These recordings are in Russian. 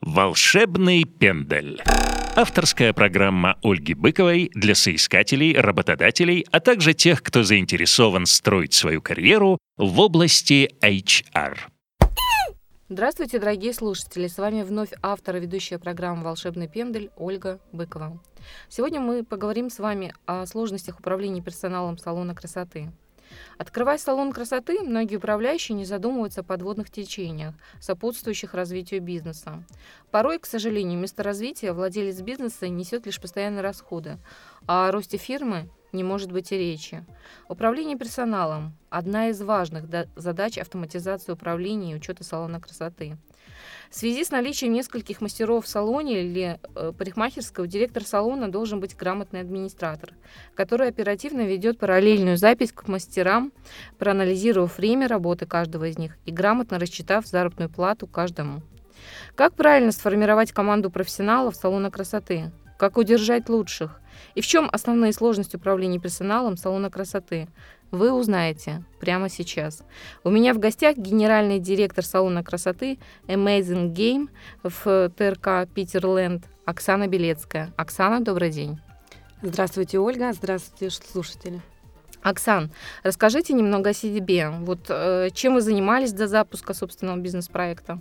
Волшебный пендель. Авторская программа Ольги Быковой для соискателей, работодателей, а также тех, кто заинтересован строить свою карьеру в области HR. Здравствуйте, дорогие слушатели! С вами вновь автор и ведущая программы «Волшебный пендель» Ольга Быкова. Сегодня мы поговорим с вами о сложностях управления персоналом салона красоты. Открывая салон красоты, многие управляющие не задумываются о подводных течениях, сопутствующих развитию бизнеса. Порой, к сожалению, вместо развития владелец бизнеса несет лишь постоянные расходы, а о росте фирмы не может быть и речи. Управление персоналом – одна из важных задач автоматизации управления и учета салона красоты. В связи с наличием нескольких мастеров в салоне или парикмахерской, у директора салона должен быть грамотный администратор, который оперативно ведет параллельную запись к мастерам, проанализировав время работы каждого из них и грамотно рассчитав заработную плату каждому. Как правильно сформировать команду профессионалов салона красоты? Как удержать лучших? И в чем основные сложности управления персоналом салона красоты? Вы узнаете прямо сейчас. У меня в гостях генеральный директор салона красоты Amazing Game в ТРК Питерленд Оксана Белецкая. Оксана, добрый день. Здравствуйте, Ольга. Здравствуйте, слушатели. Оксан, расскажите немного о себе. Чем вы занимались до запуска собственного бизнес-проекта?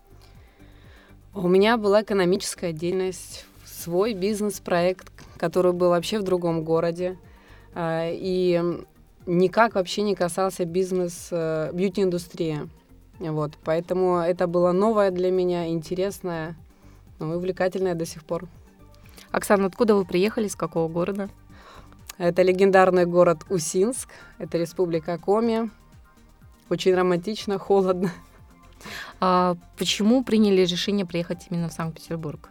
У меня была экономическая деятельность, свой бизнес-проект, который был вообще в другом городе. И никак вообще не касался бьюти-индустрии. Поэтому это было новое для меня, интересное, и увлекательное до сих пор. Оксана, откуда вы приехали, из какого города? Это легендарный город Усинск, это республика Коми. Очень романтично, холодно. А почему приняли решение приехать именно в Санкт-Петербург?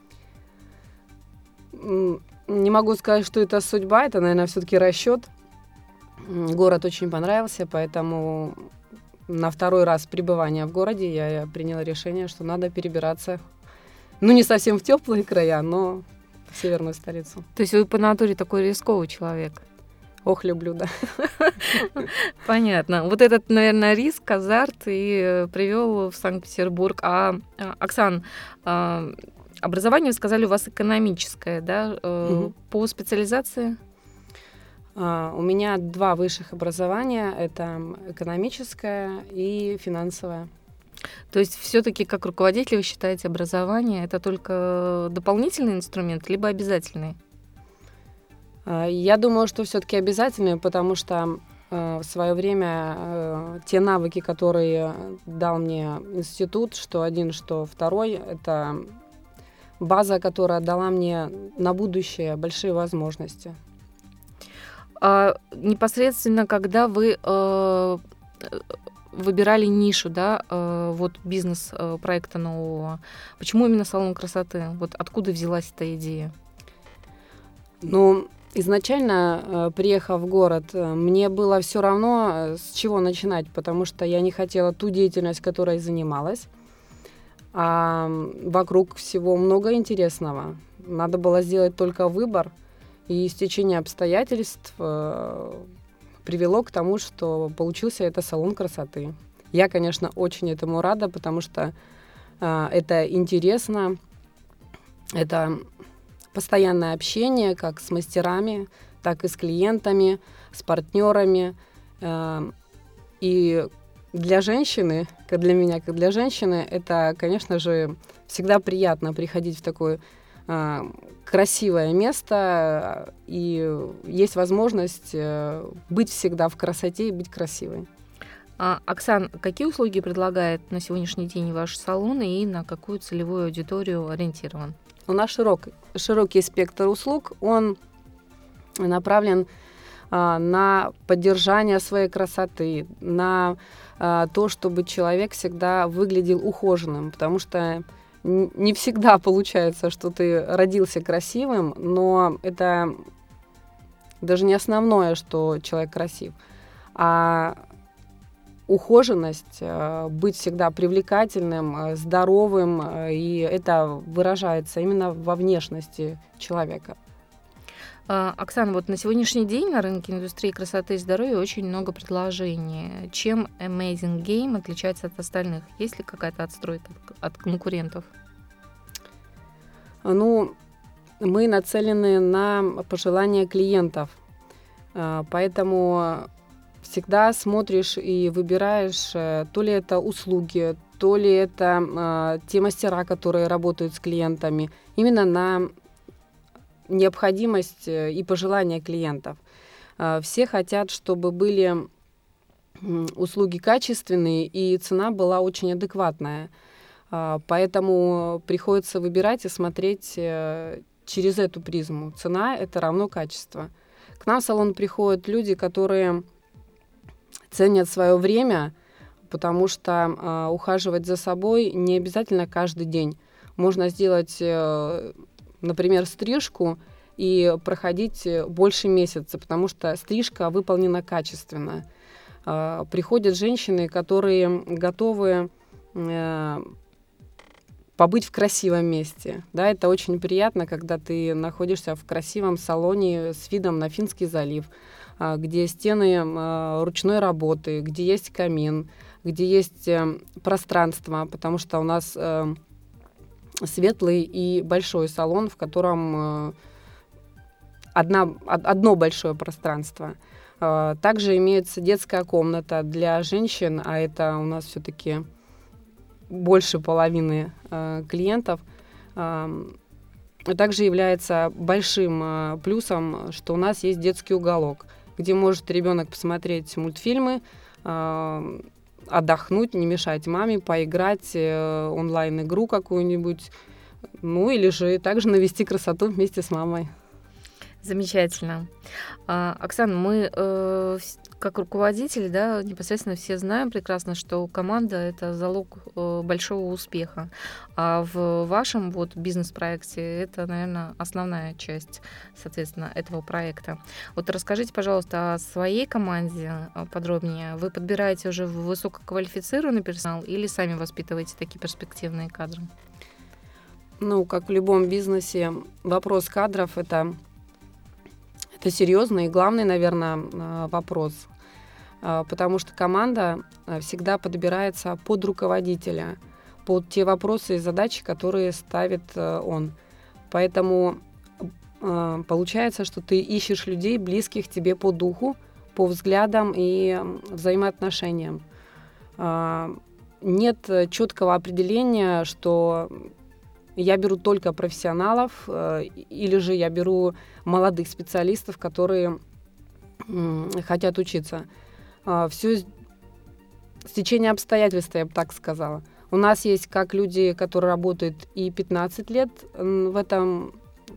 Не могу сказать, что это судьба, это, наверное, все-таки расчет. Город очень понравился, поэтому на второй раз пребывания в городе я приняла решение, что надо перебираться, не совсем в теплые края, но в северную столицу. То есть вы по натуре такой рисковый человек? Ох, люблю, да. Понятно. Вот этот, наверное, риск, азарт и привел в Санкт-Петербург. Оксан, образование, вы сказали, у вас экономическое, да? По специализации? У меня 2 высших образования. Это экономическое и финансовое. То есть все-таки как руководитель вы считаете образование это только дополнительный инструмент, либо обязательный? Я думаю, что все-таки обязательный, потому что в свое время те навыки, которые дал мне институт, что один, что второй, это база, которая дала мне на будущее большие возможности. Непосредственно, когда вы выбирали нишу, да, бизнес-проекта нового, почему именно салон красоты? Откуда взялась эта идея? Изначально, приехав в город, мне было все равно, с чего начинать, потому что я не хотела ту деятельность, которой занималась. А вокруг всего много интересного. Надо было сделать только выбор, и стечение обстоятельств привело к тому, что получился это салон красоты. Я, конечно, очень этому рада, потому что это интересно, это постоянное общение как с мастерами, так и с клиентами, с партнерами. И для женщины, как для меня, как для женщины, это, конечно же, всегда приятно приходить в такое красивое место, и есть возможность быть всегда в красоте и быть красивой. Оксан, какие услуги предлагает на сегодняшний день ваш салон и на какую целевую аудиторию ориентирован? У нас широкий спектр услуг, он направлен на поддержание своей красоты, на то, чтобы человек всегда выглядел ухоженным, потому что не всегда получается, что ты родился красивым, но это даже не основное, что человек красив, а ухоженность, быть всегда привлекательным, здоровым, и это выражается именно во внешности человека. Оксана, вот на сегодняшний день на рынке индустрии красоты и здоровья очень много предложений. Чем Amazing Game отличается от остальных? Есть ли какая-то отстройка от конкурентов? Ну, мы нацелены на пожелания клиентов, поэтому всегда смотришь и выбираешь, то ли это услуги, то ли это те мастера, которые работают с клиентами, именно на необходимость и пожелания клиентов. Все хотят, чтобы были услуги качественные и цена была очень адекватная. Поэтому приходится выбирать и смотреть через эту призму. Цена — это равно качество. К нам в салон приходят люди, которые ценят свое время, потому что ухаживать за собой не обязательно каждый день. Можно сделать, например, стрижку и проходить больше месяца, потому что стрижка выполнена качественно. Приходят женщины, которые готовы побыть в красивом месте. Да, это очень приятно, когда ты находишься в красивом салоне с видом на Финский залив, где стены ручной работы, где есть камин, где есть пространство, потому что у нас светлый и большой салон, в котором одно большое пространство. Также имеется детская комната для женщин, а это у нас все-таки больше половины клиентов. Также является большим плюсом, что у нас есть детский уголок, где может ребенок посмотреть мультфильмы, отдохнуть, не мешать маме, поиграть онлайн-игру какую-нибудь, ну или же также навести красоту вместе с мамой. Замечательно. Оксана, мы как руководители, да, непосредственно все знаем прекрасно, что команда — это залог большого успеха. А в вашем вот бизнес-проекте это, наверное, основная часть, соответственно, этого проекта. Вот расскажите, пожалуйста, о своей команде подробнее. Вы подбираете уже высококвалифицированный персонал или сами воспитываете такие перспективные кадры? Ну, как в любом бизнесе, вопрос кадров — это серьезный и главный, наверное, вопрос, потому что команда всегда подбирается под руководителя, под те вопросы и задачи, которые ставит он. Поэтому получается, что ты ищешь людей, близких тебе по духу, по взглядам и взаимоотношениям. Нет четкого определения, что я беру только профессионалов, или же я беру молодых специалистов, которые хотят учиться. Все стечение обстоятельств, я бы так сказала. У нас есть как люди, которые работают и 15 лет в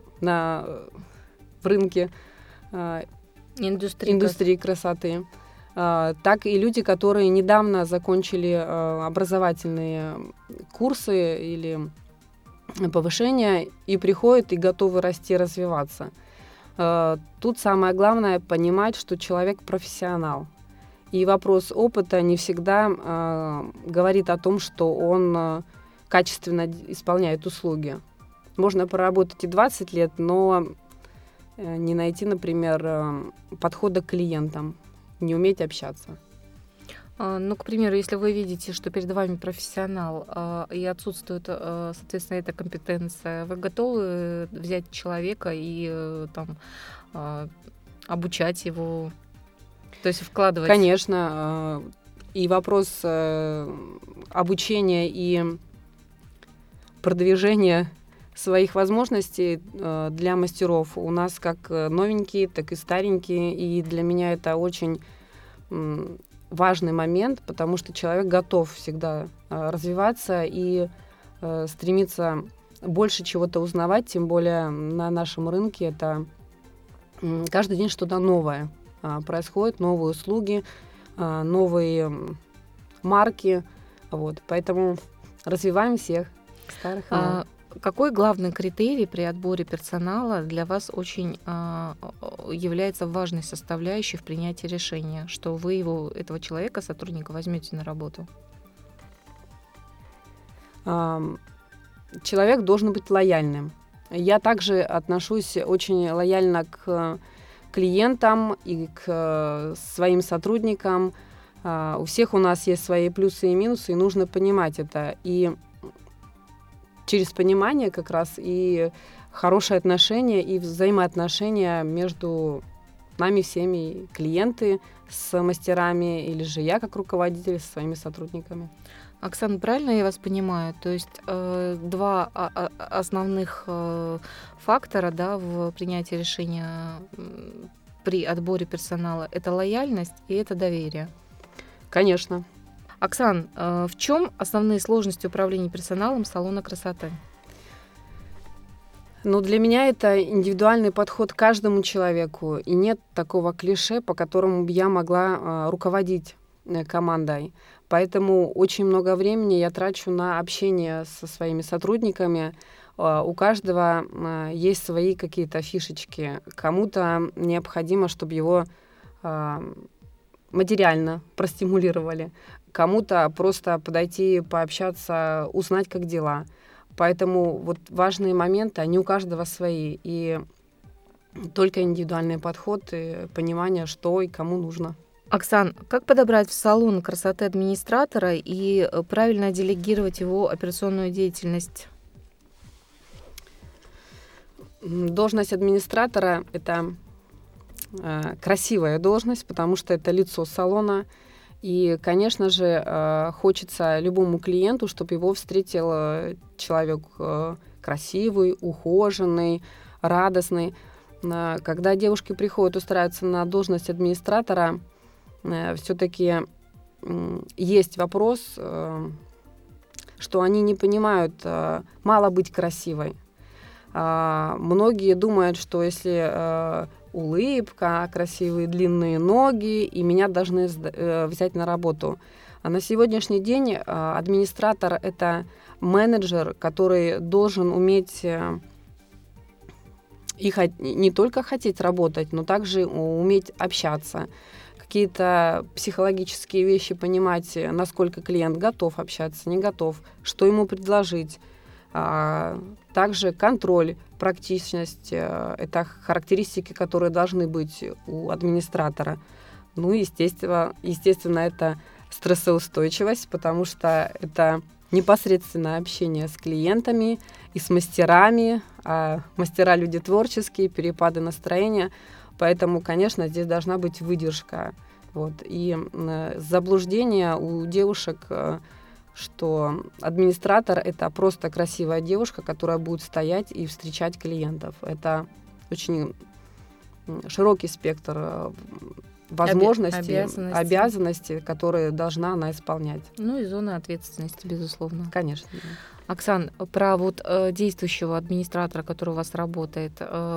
рынке индустрии красоты, так и люди, которые недавно закончили образовательные курсы или повышения и приходят и готовы расти, развиваться. Тут самое главное понимать, что человек профессионал. И вопрос опыта не всегда говорит о том, что он качественно исполняет услуги. Можно проработать и 20 лет, но не найти, например, подхода к клиентам, не уметь общаться. Ну, к примеру, если вы видите, что перед вами профессионал и отсутствует, соответственно, эта компетенция, вы готовы взять человека и там обучать его, то есть вкладывать? Конечно. И вопрос обучения и продвижения своих возможностей для мастеров у нас как новенькие, так и старенькие. И для меня это очень важный момент, потому что человек готов всегда развиваться и стремиться больше чего-то узнавать, тем более на нашем рынке это каждый день что-то новое происходит, новые услуги, новые марки, вот, поэтому развиваем всех старых и новых. Какой главный критерий при отборе персонала для вас очень является важной составляющей в принятии решения, что вы этого человека, сотрудника, возьмете на работу? Человек должен быть лояльным. Я также отношусь очень лояльно к клиентам и к своим сотрудникам. У всех у нас есть свои плюсы и минусы, и нужно понимать это. И через понимание как раз и хорошие отношения и взаимоотношения между нами всеми, клиенты с мастерами или же я как руководитель со своими сотрудниками. Оксана, правильно я вас понимаю? То есть два основных фактора, да, в принятии решения при отборе персонала — это лояльность и это доверие. Конечно. Оксан, в чем основные сложности управления персоналом салона красоты? Ну, для меня это индивидуальный подход к каждому человеку, и нет такого клише, по которому я могла руководить командой. Поэтому очень много времени я трачу на общение со своими сотрудниками. У каждого есть свои какие-то фишечки. Кому-то необходимо, чтобы его материально простимулировали, кому-то просто подойти, пообщаться, узнать, как дела. Поэтому вот важные моменты, они у каждого свои. И только индивидуальный подход и понимание, что и кому нужно. Оксан, как подобрать в салон красоты администратора и правильно делегировать его операционную деятельность? Должность администратора — это красивая должность, потому что это лицо салона. И, конечно же, хочется любому клиенту, чтобы его встретил человек красивый, ухоженный, радостный. Когда девушки приходят устраиваться на должность администратора, все-таки есть вопрос, что они не понимают, мало быть красивой. Многие думают, что если улыбка, красивые длинные ноги, и меня должны взять на работу. А на сегодняшний день администратор — это менеджер, который должен уметь не только хотеть работать, но также уметь общаться. Какие-то психологические вещи понимать, насколько клиент готов общаться, не готов, что ему предложить. Также контроль, практичность — это характеристики, которые должны быть у администратора. Ну и, естественно, это стрессоустойчивость, потому что это непосредственное общение с клиентами и с мастерами. А мастера — люди творческие, перепады настроения. Поэтому, конечно, здесь должна быть выдержка. Вот. И заблуждение у девушек, что администратор — это просто красивая девушка, которая будет стоять и встречать клиентов. Это очень широкий спектр возможностей, обязанностей, которые должна она исполнять. Ну и зона ответственности, безусловно. Конечно. Оксан, про действующего администратора, который у вас работает,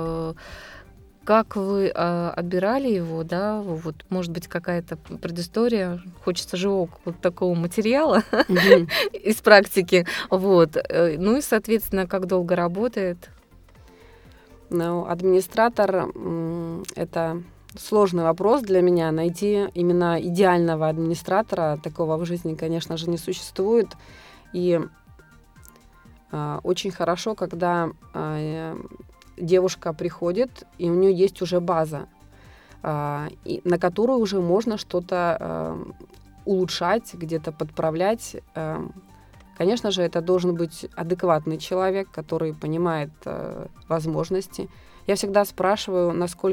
как вы отбирали его, да? Вот, может быть, какая-то предыстория. Хочется живого такого материала из практики. Вот. Ну и, соответственно, как долго работает? Ну, администратор — это сложный вопрос для меня. Найти именно идеального администратора, такого в жизни, конечно же, не существует. И очень хорошо, когда девушка приходит, и у нее есть уже база, на которую уже можно что-то улучшать, где-то подправлять. Конечно же, это должен быть адекватный человек, который понимает возможности. Я всегда спрашиваю,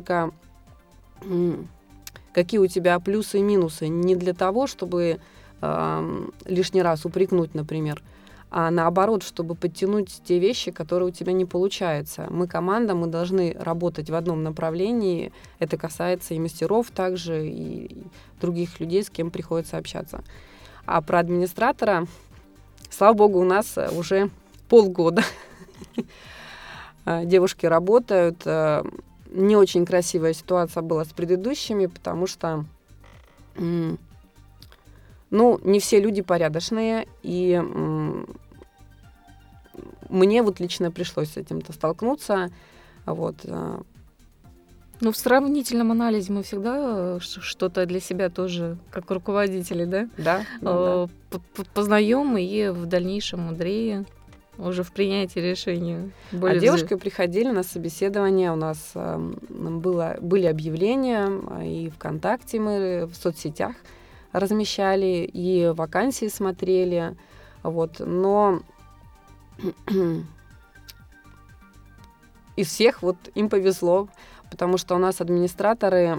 какие у тебя плюсы и минусы. Не для того, чтобы лишний раз упрекнуть, например, а наоборот, чтобы подтянуть те вещи, которые у тебя не получаются. Мы команда, мы должны работать в одном направлении. Это касается и мастеров также, и других людей, с кем приходится общаться. А про администратора, слава богу, у нас уже полгода девушки работают. Не очень красивая ситуация была с предыдущими, потому что не все люди порядочные, и мне вот лично пришлось с этим-то столкнуться. Вот. Ну, в сравнительном анализе мы всегда что-то для себя тоже, как руководители, да? Да. Познаем и в дальнейшем мудрее уже в принятии решения. Девушки приходили на собеседование, у нас были объявления, и ВКонтакте мы в соцсетях размещали, и вакансии смотрели. Вот. Но из всех вот им повезло, потому что у нас администраторы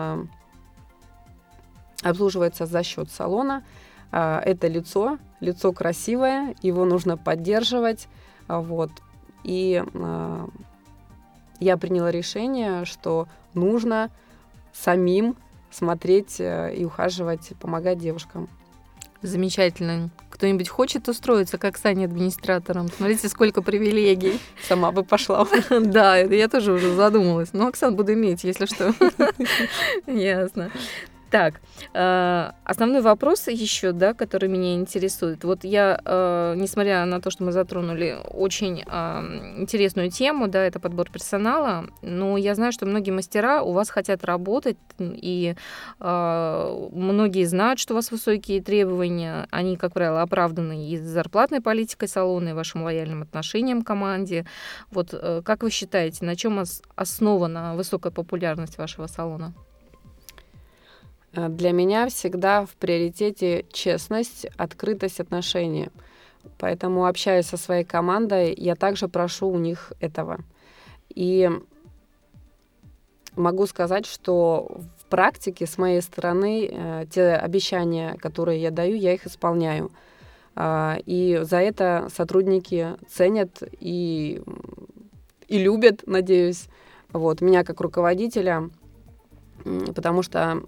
обслуживаются за счет салона. Это лицо красивое, его нужно поддерживать. Вот. И я приняла решение, что нужно самим смотреть и ухаживать, помогать девушкам. Замечательно. Кто-нибудь хочет устроиться к Оксане администратором? Смотрите, сколько привилегий. Сама бы пошла. Да, я тоже уже задумалась. Но Оксан буду иметь, если что. Ясно. Так, основной вопрос еще, да, который меня интересует. Вот я, несмотря на то, что мы затронули очень интересную тему, да, это подбор персонала, но я знаю, что многие мастера у вас хотят работать, и многие знают, что у вас высокие требования, они, как правило, оправданы и зарплатной политикой салона, и вашим лояльным отношением к команде. Вот как вы считаете, на чем основана высокая популярность вашего салона? Для меня всегда в приоритете честность, открытость отношений. Поэтому, общаясь со своей командой, я также прошу у них этого. И могу сказать, что в практике с моей стороны те обещания, которые я даю, я их исполняю. И за это сотрудники ценят и любят, надеюсь, вот, меня как руководителя, потому что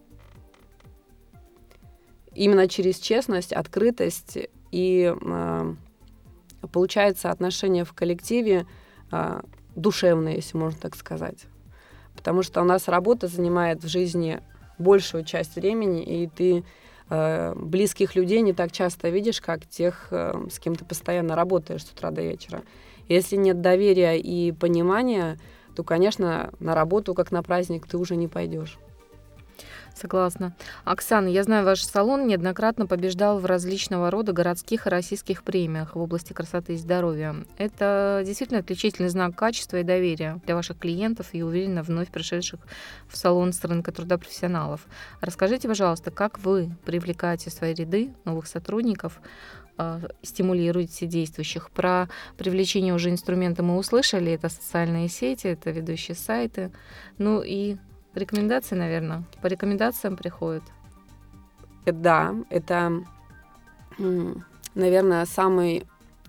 именно через честность, открытость и получается отношения в коллективе душевные, если можно так сказать. Потому что у нас работа занимает в жизни большую часть времени, и ты близких людей не так часто видишь, как тех, с кем ты постоянно работаешь с утра до вечера. Если нет доверия и понимания, то, конечно, на работу, как на праздник, ты уже не пойдешь. Согласна. Оксана, я знаю, ваш салон неоднократно побеждал в различного рода городских и российских премиях в области красоты и здоровья. Это действительно отличительный знак качества и доверия для ваших клиентов и, уверенно, вновь пришедших в салон с рынка труда профессионалов. Расскажите, пожалуйста, как вы привлекаете в свои ряды новых сотрудников, стимулируете действующих? Про привлечение уже инструмента мы услышали. Это социальные сети, это ведущие сайты. Ну и рекомендации, наверное. По рекомендациям приходят. Да, это, наверное, самый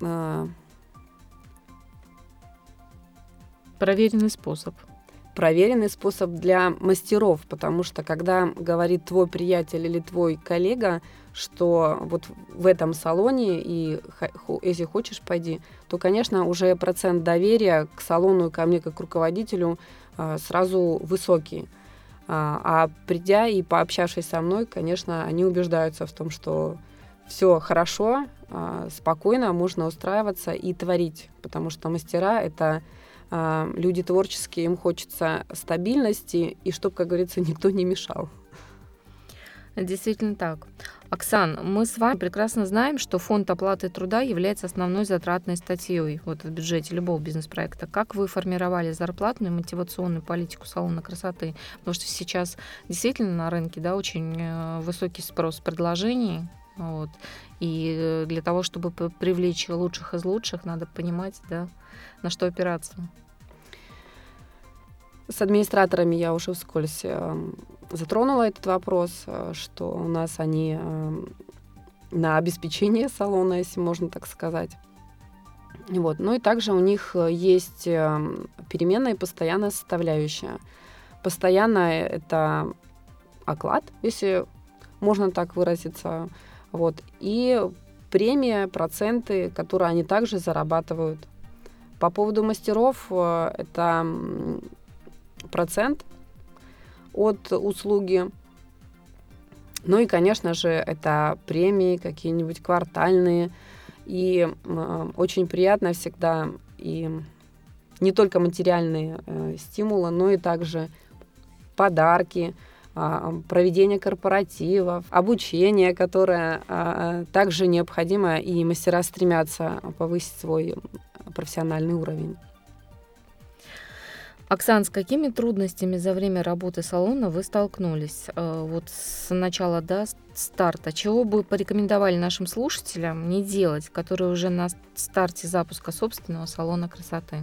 проверенный способ. Проверенный способ для мастеров, потому что когда говорит твой приятель или твой коллега, что вот в этом салоне, и если хочешь, пойди, то, конечно, уже процент доверия к салону и ко мне как руководителю сразу высокий. А придя и пообщавшись со мной, конечно, они убеждаются в том, что все хорошо, спокойно, можно устраиваться и творить, потому что мастера — это люди творческие, им хочется стабильности, и чтобы, как говорится, никто не мешал. Действительно так. Оксан, мы с вами прекрасно знаем, что фонд оплаты труда является основной затратной статьей в бюджете любого бизнес-проекта. Как вы формировали зарплатную и мотивационную политику салона красоты? Потому что сейчас действительно на рынке очень высокий спрос предложений. И для того, чтобы привлечь лучших из лучших, надо понимать, на что опираться. С администраторами я уже вскользь затронула этот вопрос, что у нас они на обеспечение салона, если можно так сказать. Ну и также у них есть переменная и постоянная составляющая. Постоянная — это оклад, если можно так выразиться, и премия, проценты, которые они также зарабатывают. По поводу мастеров, это процент от услуги. Ну и, конечно же, это премии какие-нибудь квартальные. И очень приятно всегда и не только материальные стимулы, но и также подарки, проведение корпоративов, обучение, которое также необходимо, и мастера стремятся повысить свой профессиональный уровень. Оксан, с какими трудностями за время работы салона вы столкнулись? Вот с начала до старта. Чего бы порекомендовали нашим слушателям не делать, которые уже на старте запуска собственного салона красоты?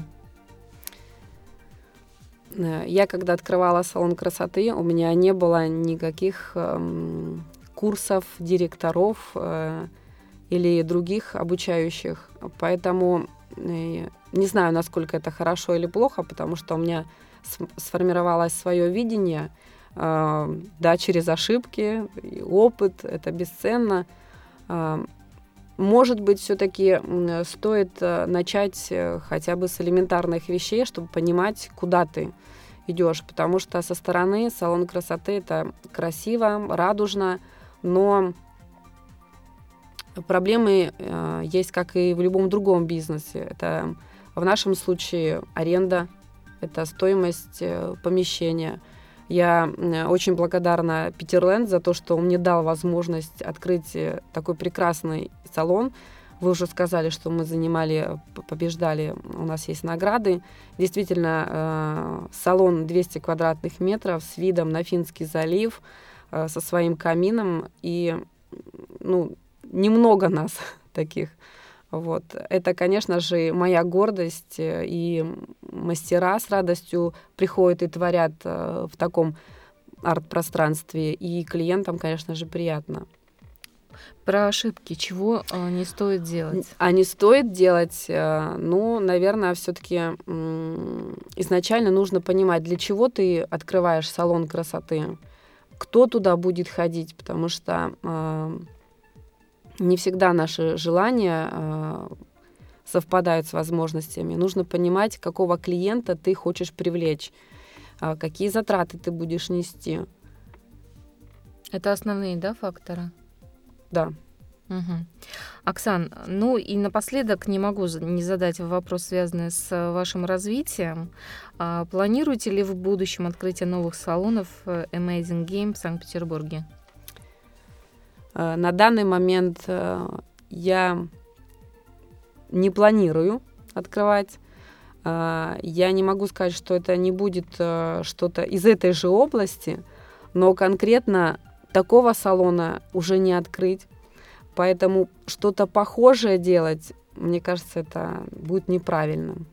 Я когда открывала салон красоты, у меня не было никаких курсов, директоров или других обучающих. Поэтому не знаю, насколько это хорошо или плохо, потому что у меня сформировалось свое видение, да, через ошибки, и опыт, это бесценно. Может быть, все-таки стоит начать хотя бы с элементарных вещей, чтобы понимать, куда ты идешь, потому что со стороны салон красоты это красиво, радужно, но проблемы есть, как и в любом другом бизнесе. Это в нашем случае аренда, это стоимость помещения. Я очень благодарна Питерленд за то, что он мне дал возможность открыть такой прекрасный салон. Вы уже сказали, что мы побеждали, у нас есть награды. Действительно, салон 200 квадратных метров с видом на Финский залив, со своим камином. И немного нас таких. Вот. Это, конечно же, моя гордость, и мастера с радостью приходят и творят в таком арт-пространстве, и клиентам, конечно же, приятно. Про ошибки чего не стоит делать? А не стоит делать, наверное, все-таки изначально нужно понимать, для чего ты открываешь салон красоты, кто туда будет ходить, потому что не всегда наши желания совпадают с возможностями. Нужно понимать, какого клиента ты хочешь привлечь, какие затраты ты будешь нести. Это основные, да, факторы? Да. Угу. Оксан, и напоследок не могу не задать вопрос, связанный с вашим развитием. Планируете ли вы в будущем открытие новых салонов Amazing Game в Санкт-Петербурге? На данный момент я не планирую открывать. Я не могу сказать, что это не будет что-то из этой же области, но конкретно такого салона уже не открыть. Поэтому что-то похожее делать, мне кажется, это будет неправильным.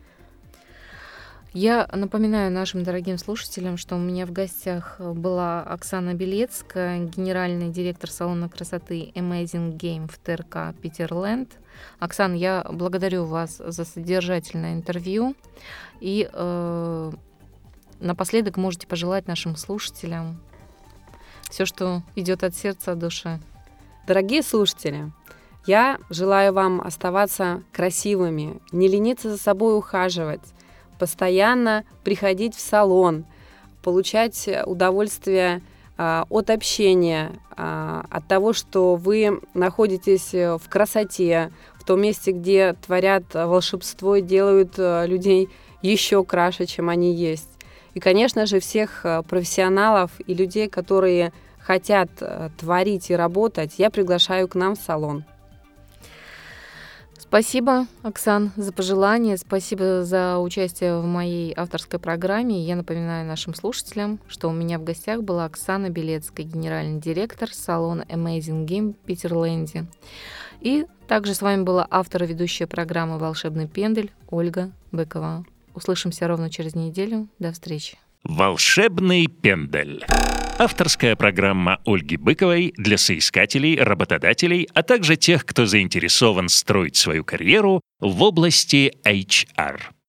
Я напоминаю нашим дорогим слушателям, что у меня в гостях была Оксана Белецкая, генеральный директор салона красоты Amazing Game в ТРК Питерленд. Оксан, я благодарю вас за содержательное интервью. И напоследок можете пожелать нашим слушателям все, что идет от сердца, от души. Дорогие слушатели, я желаю вам оставаться красивыми, не лениться за собой ухаживать, постоянно приходить в салон, получать удовольствие от общения, от того, что вы находитесь в красоте, в том месте, где творят волшебство и делают людей еще краше, чем они есть. И, конечно же, всех профессионалов и людей, которые хотят творить и работать, я приглашаю к нам в салон. Спасибо, Оксан, за пожелания. Спасибо за участие в моей авторской программе. Я напоминаю нашим слушателям, что у меня в гостях была Оксана Белецкая, генеральный директор салона Amazing Game в Питерленде. И также с вами была автор и ведущая программы «Волшебный пендель» Ольга Быкова. Услышимся ровно через неделю. До встречи. «Волшебный пендель». Авторская программа Ольги Быковой для соискателей, работодателей, а также тех, кто заинтересован строить свою карьеру в области HR.